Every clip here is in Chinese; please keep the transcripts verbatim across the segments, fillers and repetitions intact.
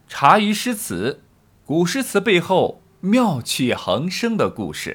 茶余诗词，古诗词背后妙趣横生的故事。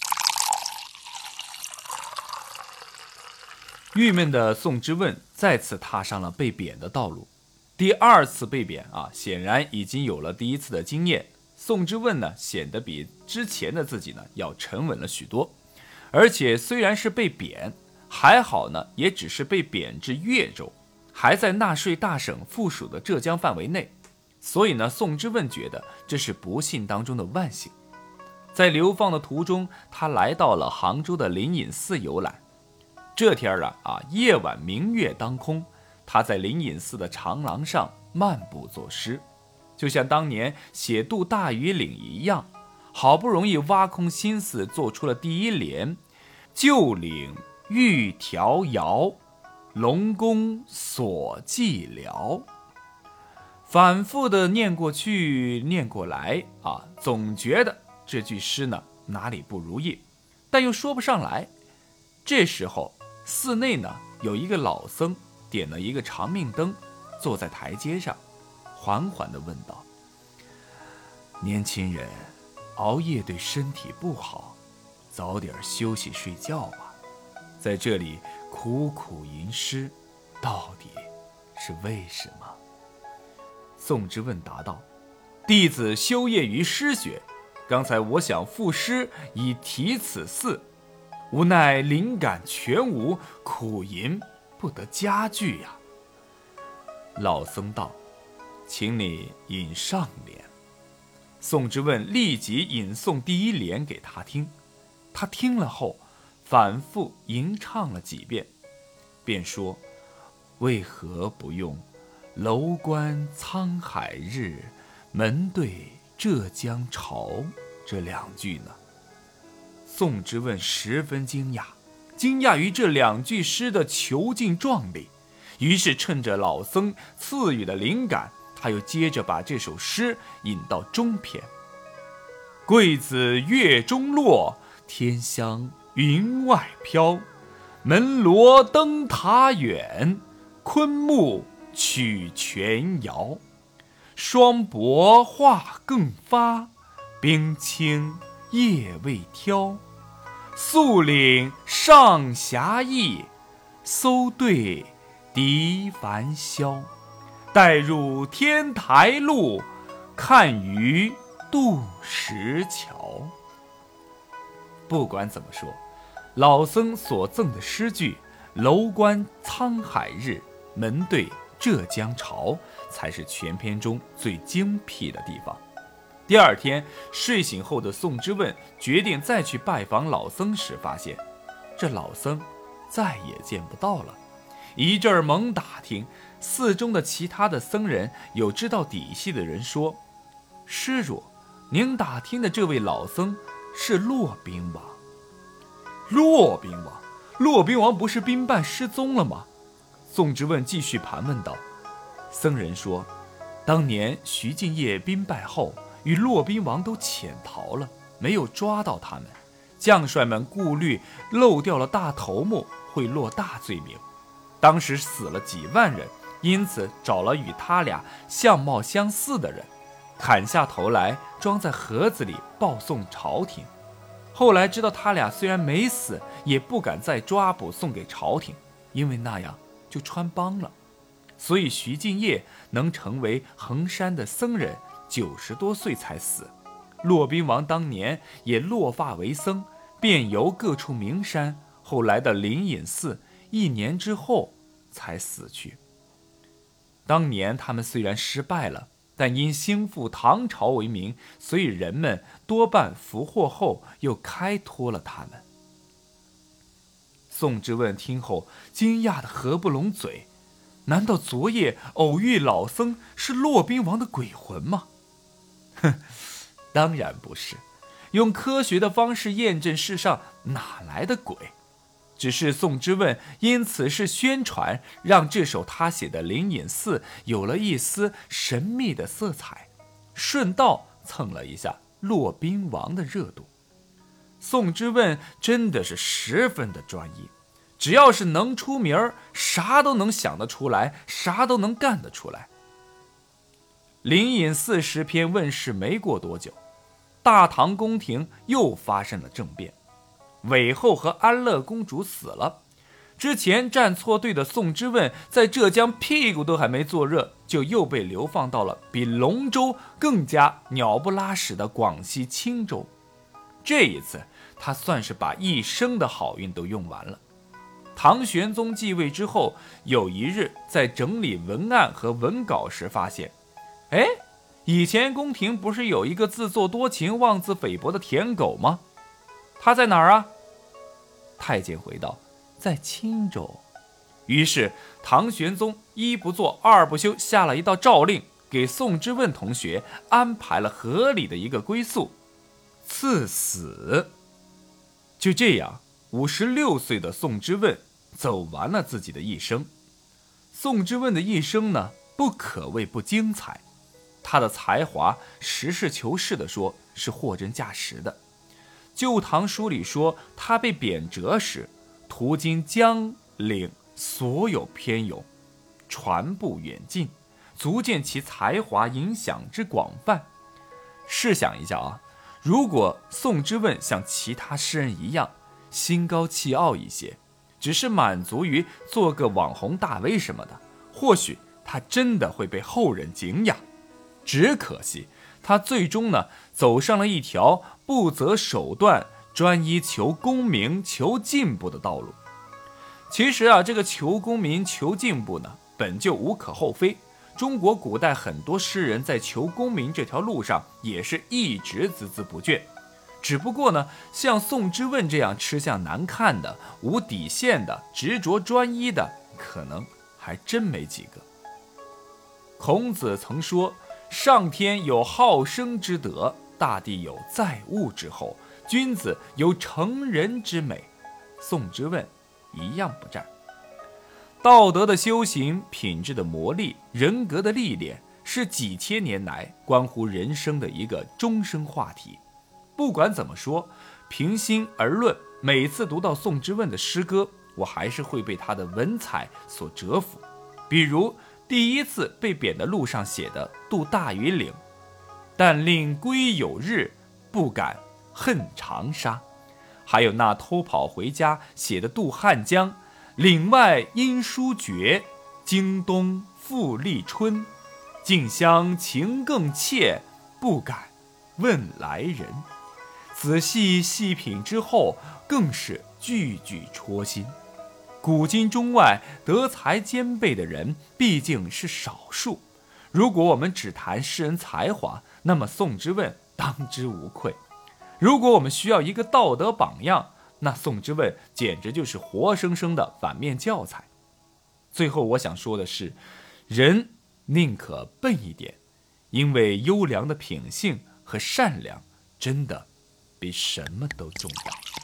郁闷的宋之问再次踏上了被贬的道路。第二次被贬啊，显然已经有了第一次的经验。宋之问呢，显得比之前的自己呢要沉稳了许多。而且虽然是被贬，还好呢，也只是被贬至越州，还在纳税大省附属的浙江范围内。所以呢，宋之问觉得这是不幸当中的万幸。在流放的途中，他来到了杭州的灵隐寺游览。这天啊啊，夜晚明月当空，他在灵隐寺的长廊上漫步作诗，就像当年写渡大庾岭一样，好不容易挖空心思做出了第一联：旧岭欲迢遥，龙宫所寂寥。反复的念过去念过来啊，总觉得这句诗呢哪里不如意，但又说不上来。这时候寺内呢有一个老僧点了一个长命灯，坐在台阶上，缓缓地问道：年轻人，熬夜对身体不好，早点休息睡觉吧。在这里苦苦吟诗，到底是为什么？宋之问答道：弟子修业于诗学，刚才我想赋诗以题此寺，无奈灵感全无，苦吟不得佳句呀。老僧道：请你引上联。宋之问立即引诵第一联给他听，他听了后反复吟唱了几遍，便说：为何不用楼观沧海日，门对浙江潮这两句呢？宋之问十分惊讶，惊讶于这两句诗的遒劲壮丽，于是趁着老僧赐予的灵感，他又接着把这首诗引到中篇：桂子月中落，天香云外飘，门罗灯塔远，昆木曲泉摇。霜薄画更发，冰清夜未挑。宿岭上霞意，搜对笛繁箫。带入天台路，看鱼渡石桥。不管怎么说，老僧所赠的诗句楼观沧海日，门对浙江潮才是全篇中最精辟的地方。第二天睡醒后的宋之问决定再去拜访老僧时，发现这老僧再也见不到了。一阵猛打听，寺中的其他的僧人有知道底细的人说：施主，您打听的这位老僧是骆宾王。骆宾王？骆宾王不是兵败失踪了吗？宋之问继续盘问道。僧人说，当年徐敬业兵败后，与骆宾王都潜逃了，没有抓到他们，将帅们顾虑漏掉了大头目会落大罪名，当时死了几万人，因此找了与他俩相貌相似的人，砍下头来装在盒子里报送朝廷。后来知道他俩虽然没死，也不敢再抓捕送给朝廷，因为那样就穿帮了。所以徐敬业能成为衡山的僧人，九十多岁才死。骆宾王当年也落发为僧，遍游各处名山，后来的灵隐寺，一年之后才死去。当年他们虽然失败了，但因兴复唐朝为名，所以人们多半俘获后又开脱了他们。宋之问听后惊讶得合不拢嘴，难道昨夜偶遇老僧是骆宾王的鬼魂吗？哼，当然不是，用科学的方式验证世上哪来的鬼？只是宋之问因此事宣传，让这首他写的灵隐寺有了一丝神秘的色彩，顺道蹭了一下骆宾王的热度。宋之问真的是十分的专一，只要是能出名儿，啥都能想得出来，啥都能干得出来。 灵隐四十篇问世没过多久，大唐宫廷又发生了政变，韦后和安乐公主死了。之前站错队的宋之问在浙江屁股都还没坐热，就又被流放到了比龙州更加鸟不拉屎的广西钦州。这一次他算是把一生的好运都用完了。唐玄宗继位之后，有一日在整理文案和文稿时发现，哎，以前宫廷不是有一个自作多情妄自菲薄的舔狗吗？他在哪儿啊？太监回道，在钦州。于是唐玄宗一不做二不休，下了一道诏令，给宋之问同学安排了合理的一个归宿，赐死。就这样，五十六岁的宋之问走完了自己的一生。宋之问的一生呢，不可谓不精彩。他的才华，实事求是地说，是货真价实的。旧唐书里说，他被贬谪时，途经江岭所有偏勇，传布远近，足见其才华影响之广泛。试想一下啊，如果宋之问像其他诗人一样心高气傲一些，只是满足于做个网红大 V 什么的，或许他真的会被后人敬仰。只可惜他最终呢，走上了一条不择手段，专一求功名求进步的道路。其实啊，这个求功名求进步呢，本就无可厚非。中国古代很多诗人在求功名这条路上也是一直孜孜不倦，只不过呢，像宋之问这样吃相难看的、无底线的、执着专一的，可能还真没几个。孔子曾说，上天有好生之德，大地有载物之厚，君子有成人之美。宋之问一样不占。道德的修行、品质的磨砺、人格的历练，是几千年来关乎人生的一个终生话题。不管怎么说，平心而论，每次读到宋之问的诗歌，我还是会被他的文采所折服。比如第一次被贬的路上写的渡大庾岭，但令归有日，不敢恨长沙。还有那偷跑回家写的渡汉江，岭外音书绝，京东复历春，近乡情更切，不敢问来人。仔细细品之后，更是句句戳心。古今中外德才兼备的人毕竟是少数，如果我们只谈诗人才华，那么宋之问当之无愧。如果我们需要一个道德榜样，那宋之问简直就是活生生的反面教材。最后我想说的是，人宁可笨一点，因为优良的品性和善良真的比什么都重要。